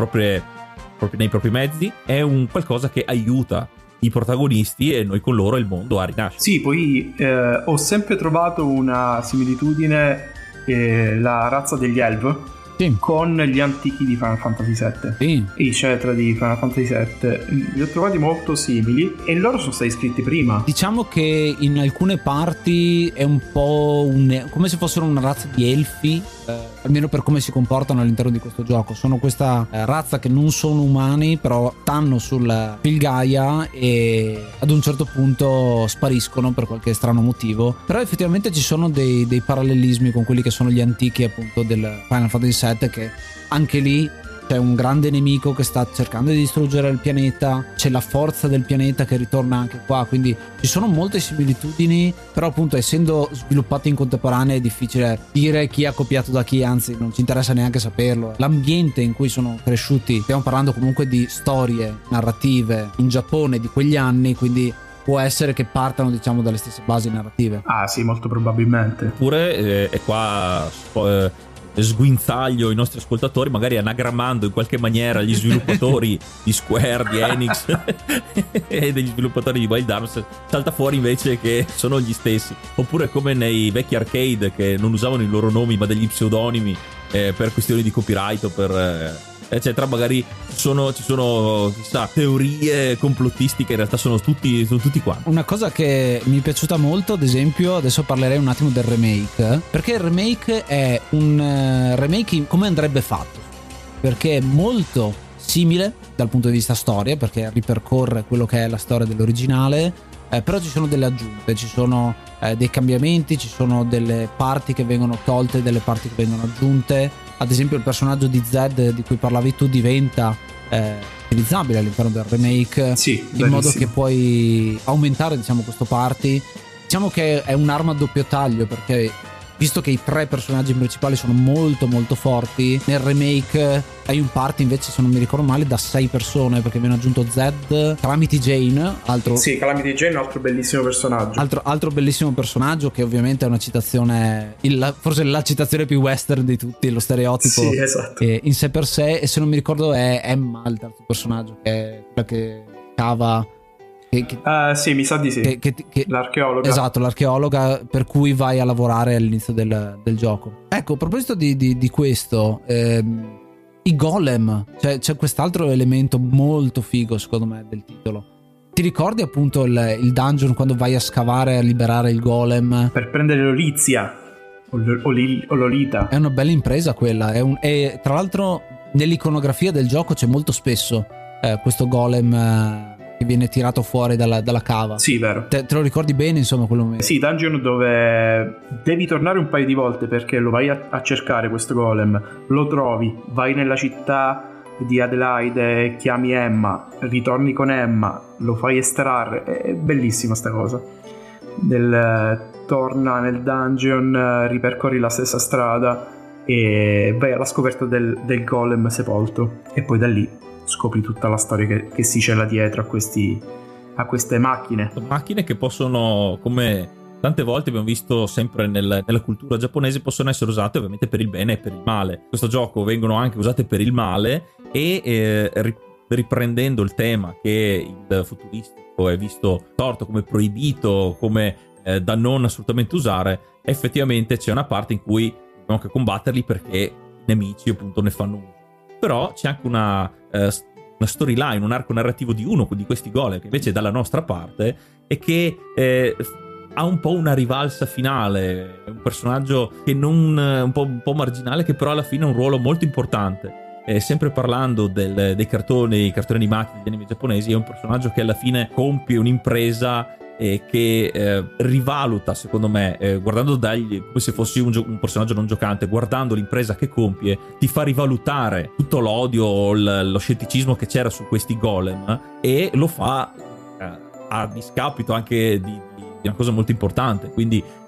propri mezzi, è un qualcosa che aiuta i protagonisti e noi con loro il mondo a rinascere. Sì, poi ho sempre trovato una similitudine, la razza degli Elf, Sì. con gli antichi di Final Fantasy VII. Sì. I Cetra di Final Fantasy VII li ho trovati molto simili, e loro sono stati scritti prima. Diciamo che in alcune parti è un po' come se fossero una razza di elfi, almeno per come si comportano all'interno di questo gioco. Sono questa razza che non sono umani, però stanno sul Filgaia e ad un certo punto spariscono per qualche strano motivo. Però effettivamente ci sono dei parallelismi con quelli che sono gli antichi, appunto, del Final Fantasy VII, che anche lì c'è un grande nemico che sta cercando di distruggere il pianeta, c'è la forza del pianeta che ritorna anche qua, quindi ci sono molte similitudini, però appunto essendo sviluppati in contemporanea è difficile dire chi ha copiato da chi, anzi non ci interessa neanche saperlo. L'ambiente in cui sono cresciuti, stiamo parlando comunque di storie narrative in Giappone di quegli anni, quindi può essere che partano, diciamo, dalle stesse basi narrative. Ah sì, molto probabilmente. Oppure è qua sguinzaglio i nostri ascoltatori, magari anagrammando in qualche maniera gli sviluppatori di Square, di Enix e degli sviluppatori di Wild Arms, salta fuori invece che sono gli stessi. Oppure come nei vecchi arcade, che non usavano i loro nomi ma degli pseudonimi per questioni di copyright o per eccetera. Magari ci sono chissà, teorie complottistiche, in realtà sono tutti quanti. Una cosa che mi è piaciuta molto, ad esempio, adesso parlerei un attimo del remake, perché il remake è un remake come andrebbe fatto, perché è molto simile dal punto di vista storia, perché ripercorre quello che è la storia dell'originale, però ci sono delle aggiunte, ci sono dei cambiamenti, ci sono delle parti che vengono tolte, delle parti che vengono aggiunte. Ad esempio il personaggio di Zed di cui parlavi tu diventa utilizzabile all'interno del remake, sì, in modo che puoi aumentare, diciamo, questo party. Diciamo che è un'arma a doppio taglio, perché visto che i tre personaggi principali sono molto molto forti, nel remake hai un party invece, se non mi ricordo male, da 6 persone, perché viene aggiunto Zed, Calamity Jane, altro... Sì, Calamity Jane, altro bellissimo personaggio. Altro bellissimo personaggio, che ovviamente è una citazione, forse la citazione più western di tutti, lo stereotipo, sì, esatto, in sé per sé. E se non mi ricordo è Emma il terzo personaggio, che è quella che cava... sì, mi sa di sì. L'archeologa. Esatto, l'archeologa per cui vai a lavorare all'inizio del gioco. Ecco, a proposito di questo, i golem, c'è quest'altro elemento molto figo secondo me del titolo. Ti ricordi appunto il dungeon quando vai a scavare a liberare il golem per prendere l'Olizia o Lolita? È una bella impresa quella, e tra l'altro nell'iconografia del gioco c'è molto spesso questo golem che viene tirato fuori dalla cava. Sì, vero. Te lo ricordi bene, insomma, quel momento? Sì, dungeon dove devi tornare un paio di volte, perché lo vai a cercare questo golem, lo trovi, vai nella città di Adelaide, chiami Emma, ritorni con Emma, lo fai estrarre. È bellissima sta cosa. Torna nel dungeon, ripercorri la stessa strada e vai alla scoperta del golem sepolto, e poi da lì scopri tutta la storia che si cela dietro a queste macchine. Macchine che possono, come tante volte abbiamo visto sempre nella cultura giapponese, possono essere usate ovviamente per il bene e per il male. In questo gioco vengono anche usate per il male, e riprendendo il tema che il futuristico è visto torto, come proibito, come da non assolutamente usare, effettivamente c'è una parte in cui dobbiamo anche combatterli perché i nemici appunto ne fanno uso. Però c'è anche una storyline, un arco narrativo di uno di questi golem che invece è dalla nostra parte e che ha un po' una rivalsa finale, un personaggio che un po' marginale, che però alla fine ha un ruolo molto importante. Sempre parlando dei cartoni animati, degli anime giapponesi, è un personaggio che alla fine compie un'impresa che rivaluta, secondo me, guardando come se fossi un personaggio non giocante, guardando l'impresa che compie, ti fa rivalutare tutto l'odio o lo scetticismo che c'era su questi golem, e lo fa a discapito anche di una cosa molto importante. Quindi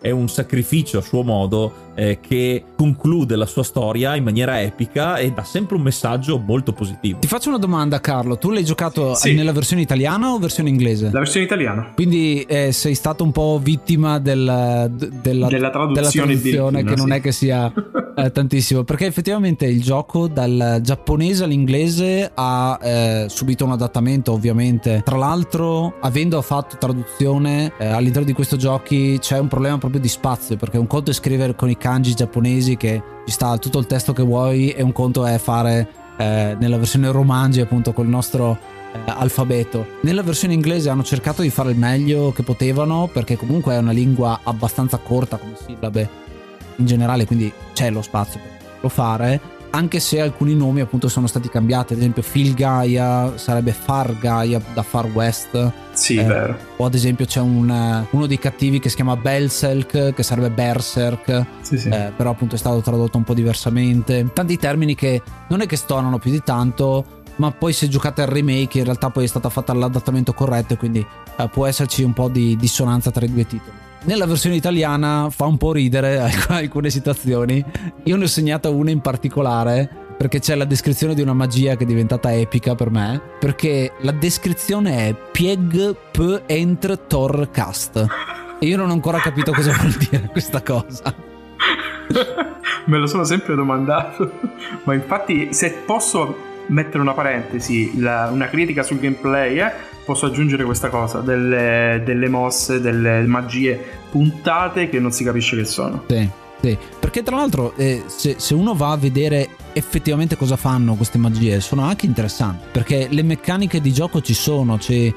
è un sacrificio a suo modo che conclude la sua storia in maniera epica e dà sempre un messaggio molto positivo. Ti faccio una domanda, Carlo, tu l'hai giocato Sì. nella versione italiana o versione inglese? La versione italiana. Quindi sei stato un po' vittima della traduzione addirittura, che non sì. è che sia tantissimo, perché effettivamente il gioco dal giapponese all'inglese ha subito un adattamento, ovviamente. Tra l'altro, avendo fatto traduzione all'interno di questi giochi c'è un problema proprio di spazio, perché un conto è scrivere con i kanji giapponesi che ci sta tutto il testo che vuoi, e un conto è fare nella versione romanji appunto col nostro alfabeto. Nella versione inglese hanno cercato di fare il meglio che potevano, perché comunque è una lingua abbastanza corta come sillabe in generale, quindi c'è lo spazio per poterlo fare, anche se alcuni nomi appunto sono stati cambiati. Ad esempio Phil Gaia sarebbe Far Gaia da Far West. Sì, vero. O ad esempio c'è uno dei cattivi che si chiama Belselk, che sarebbe Berserk. Sì, sì. Però appunto è stato tradotto un po' diversamente. Tanti termini che non è che stonano più di tanto, ma poi se giocate al remake in realtà poi è stata fatta l'adattamento corretto, quindi può esserci un po' di dissonanza tra i due titoli. Nella versione italiana fa un po' ridere alcune situazioni. Io ne ho segnata una in particolare perché c'è la descrizione di una magia che è diventata epica per me, perché la descrizione è Pieg P Entr Tor Cast e io non ho ancora capito cosa vuol dire questa cosa. Me lo sono sempre domandato, ma infatti se posso mettere una parentesi, una critica sul gameplay, posso aggiungere questa cosa, delle mosse, delle magie puntate che non si capisce che sono. Sì, sì. Perché tra l'altro se uno va a vedere effettivamente cosa fanno queste magie, sono anche interessanti, perché le meccaniche di gioco ci sono gli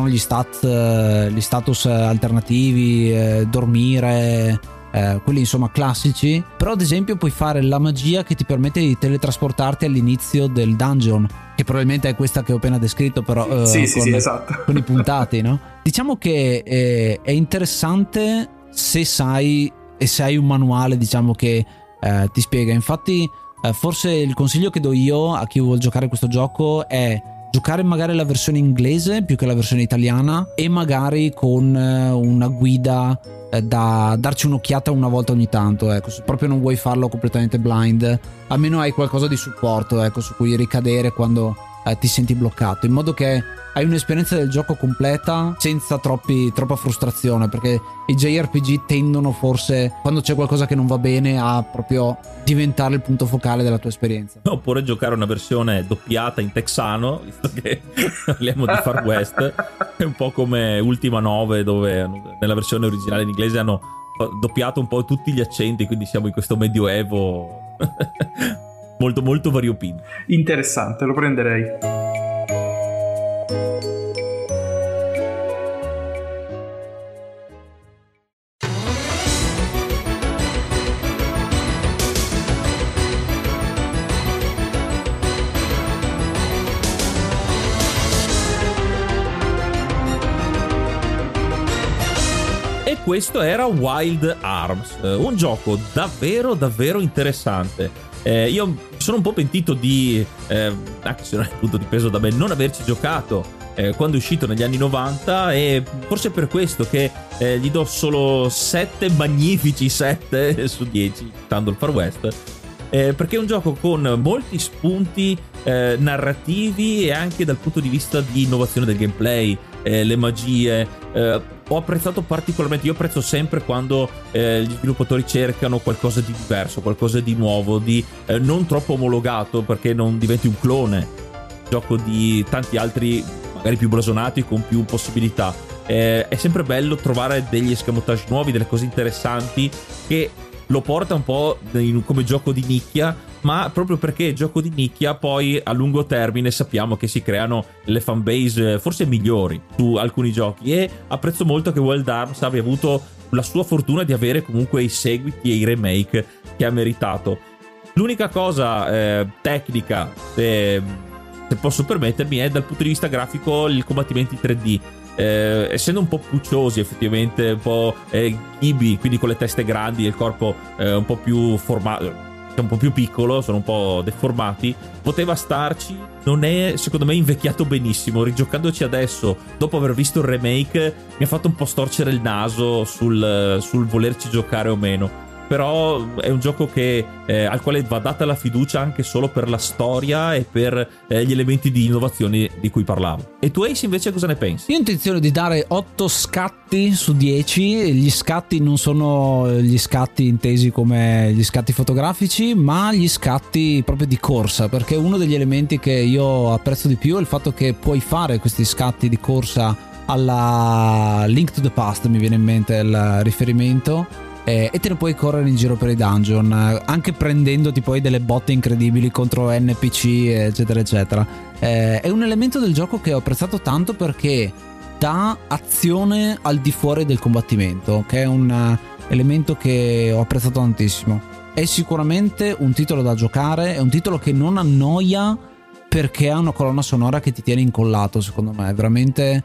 status alternativi, dormire, quelli insomma classici. Però ad esempio puoi fare la magia che ti permette di teletrasportarti all'inizio del dungeon, che probabilmente è questa che ho appena descritto, però sì, esatto. con i puntati, no? Diciamo che è interessante se sai un manuale, diciamo, che ti spiega. Infatti forse il consiglio che do io a chi vuole giocare questo gioco è giocare magari la versione inglese più che la versione italiana, e magari con una guida da darci un'occhiata una volta ogni tanto, ecco, se proprio non vuoi farlo completamente blind, almeno hai qualcosa di supporto, ecco, su cui ricadere quando ti senti bloccato, in modo che hai un'esperienza del gioco completa senza troppa frustrazione, perché i JRPG tendono forse, quando c'è qualcosa che non va bene, a proprio diventare il punto focale della tua esperienza. Oppure giocare una versione doppiata in texano, visto che parliamo di Far West, è un po' come Ultima 9, dove nella versione originale in inglese hanno doppiato un po' tutti gli accenti, quindi siamo in questo medioevo molto molto variopinto. Interessante, lo prenderei. Questo era Wild Arms, un gioco davvero davvero interessante. Io sono un po' pentito di, anche se non è punto di peso da me, non averci giocato quando è uscito negli anni 90, e forse per questo che gli do solo 7 magnifici 7 su 10, stando il Far West, perché è un gioco con molti spunti narrativi e anche dal punto di vista di innovazione del gameplay, le magie. Ho apprezzato particolarmente, io apprezzo sempre quando gli sviluppatori cercano qualcosa di diverso, qualcosa di nuovo, di non troppo omologato, perché non diventi un clone, gioco di tanti altri magari più blasonati con più possibilità. È sempre bello trovare degli escamotage nuovi, delle cose interessanti, che lo porta un po' come gioco di nicchia, ma proprio perché è gioco di nicchia poi a lungo termine sappiamo che si creano le fanbase forse migliori su alcuni giochi, e apprezzo molto che Wild Arms abbia avuto la sua fortuna di avere comunque i seguiti e i remake che ha meritato. L'unica cosa tecnica, se posso permettermi, è dal punto di vista grafico i combattimenti 3D. Essendo un po' pucciosi, effettivamente un po' ghibli, quindi con le teste grandi e il corpo un po' più è un po' più piccolo, sono un po' deformati, poteva starci. Non è, secondo me, invecchiato benissimo. Rigiocandoci adesso, dopo aver visto il remake, mi ha fatto un po' storcere il naso sul volerci giocare o meno. Però è un gioco al quale va data la fiducia anche solo per la storia e per gli elementi di innovazione di cui parlavo. E tu, Ace, invece cosa ne pensi? Io ho intenzione di dare 8 scatti su 10. Gli scatti non sono gli scatti intesi come gli scatti fotografici, ma gli scatti proprio di corsa, perché uno degli elementi che io apprezzo di più è il fatto che puoi fare questi scatti di corsa alla Link to the Past, mi viene in mente il riferimento, e te ne puoi correre in giro per i dungeon, anche prendendoti poi delle botte incredibili contro NPC, eccetera eccetera. È un elemento del gioco che ho apprezzato tanto perché dà azione al di fuori del combattimento, che è un elemento che ho apprezzato tantissimo. È sicuramente un titolo da giocare, è un titolo che non annoia perché ha una colonna sonora che ti tiene incollato, secondo me è veramente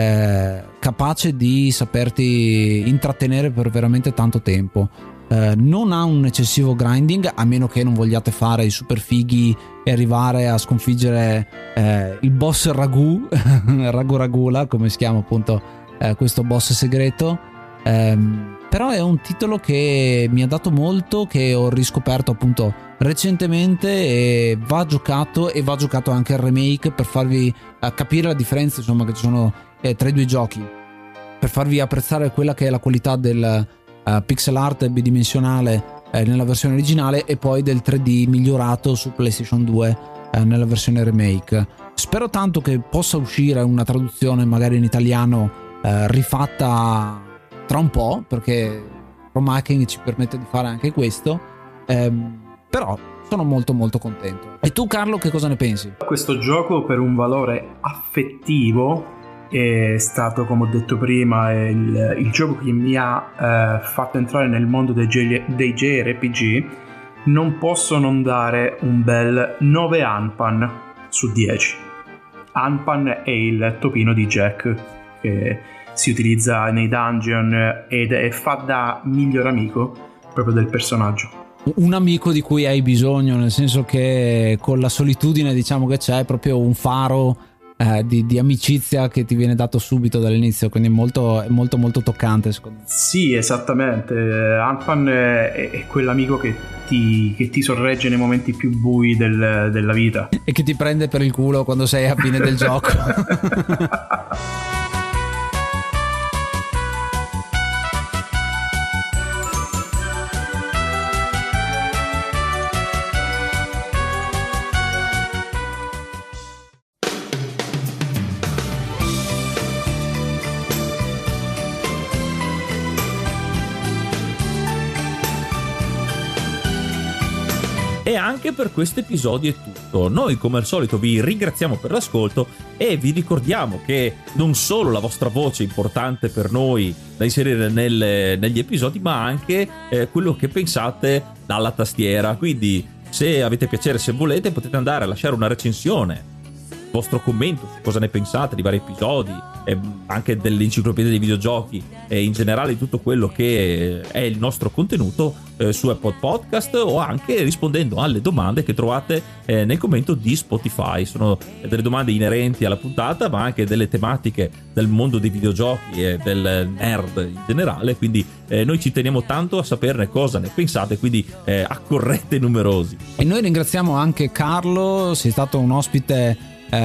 capace di saperti intrattenere per veramente tanto tempo. Non ha un eccessivo grinding, a meno che non vogliate fare i super fighi e arrivare a sconfiggere il boss Ragu Ragula, come si chiama appunto questo boss segreto. Però è un titolo che mi ha dato molto, che ho riscoperto appunto recentemente, e va giocato anche il remake per farvi capire la differenza, insomma, che ci sono tra i due giochi, per farvi apprezzare quella che è la qualità del pixel art bidimensionale nella versione originale e poi del 3D migliorato su PlayStation 2 nella versione remake. Spero tanto che possa uscire una traduzione magari in italiano rifatta tra un po', perché From Hacking ci permette di fare anche questo, però sono molto molto contento. E tu, Carlo, che cosa ne pensi? Questo gioco, per un valore affettivo, è stato, come ho detto prima, il gioco che mi ha fatto entrare nel mondo dei JRPG. Non posso non dare un bel 9 Anpan su 10. Anpan è il topino di Jack che si utilizza nei dungeon ed fa da miglior amico proprio del personaggio. Un amico di cui hai bisogno, nel senso che con la solitudine, diciamo, che c'è proprio un faro di amicizia che ti viene dato subito dall'inizio, quindi è molto toccante, secondo me. Sì, esattamente. Anpan è quell'amico che ti sorregge nei momenti più bui della vita e che ti prende per il culo quando sei a fine del gioco. E anche per questo episodio è tutto. Noi, come al solito, vi ringraziamo per l'ascolto e vi ricordiamo che non solo la vostra voce è importante per noi da inserire negli episodi, ma anche quello che pensate dalla tastiera. Quindi, se avete piacere, se volete, potete andare a lasciare una recensione, il vostro commento su cosa ne pensate di vari episodi, anche dell'enciclopedia dei videogiochi e in generale di tutto quello che è il nostro contenuto su Apple Podcast, o anche rispondendo alle domande che trovate nel commento di Spotify. Sono delle domande inerenti alla puntata, ma anche delle tematiche del mondo dei videogiochi e del nerd in generale, quindi noi ci teniamo tanto a saperne cosa ne pensate, quindi accorrete numerosi. E noi ringraziamo anche Carlo, sei stato un ospite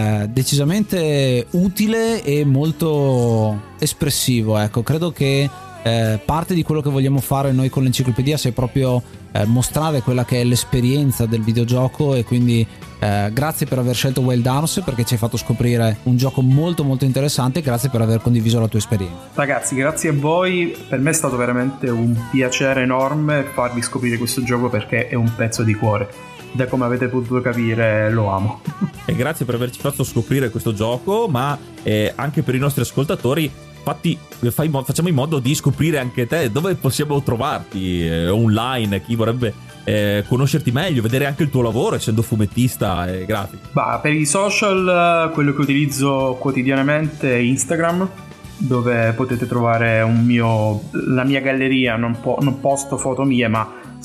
decisamente utile e molto espressivo. Ecco, credo che parte di quello che vogliamo fare noi con l'enciclopedia sia proprio mostrare quella che è l'esperienza del videogioco, e quindi grazie per aver scelto Wild Arms, perché ci hai fatto scoprire un gioco molto molto interessante, e grazie per aver condiviso la tua esperienza. Ragazzi, grazie a voi, per me è stato veramente un piacere enorme farvi scoprire questo gioco, perché è un pezzo di cuore. Da come avete potuto capire, lo amo. E grazie per averci fatto scoprire questo gioco, ma anche per i nostri ascoltatori, facciamo in modo di scoprire anche te, dove possiamo trovarti online, chi vorrebbe conoscerti meglio, vedere anche il tuo lavoro essendo fumettista e grafico. Per i social, quello che utilizzo quotidianamente è Instagram, dove potete trovare la mia galleria. Non posto foto mie, ma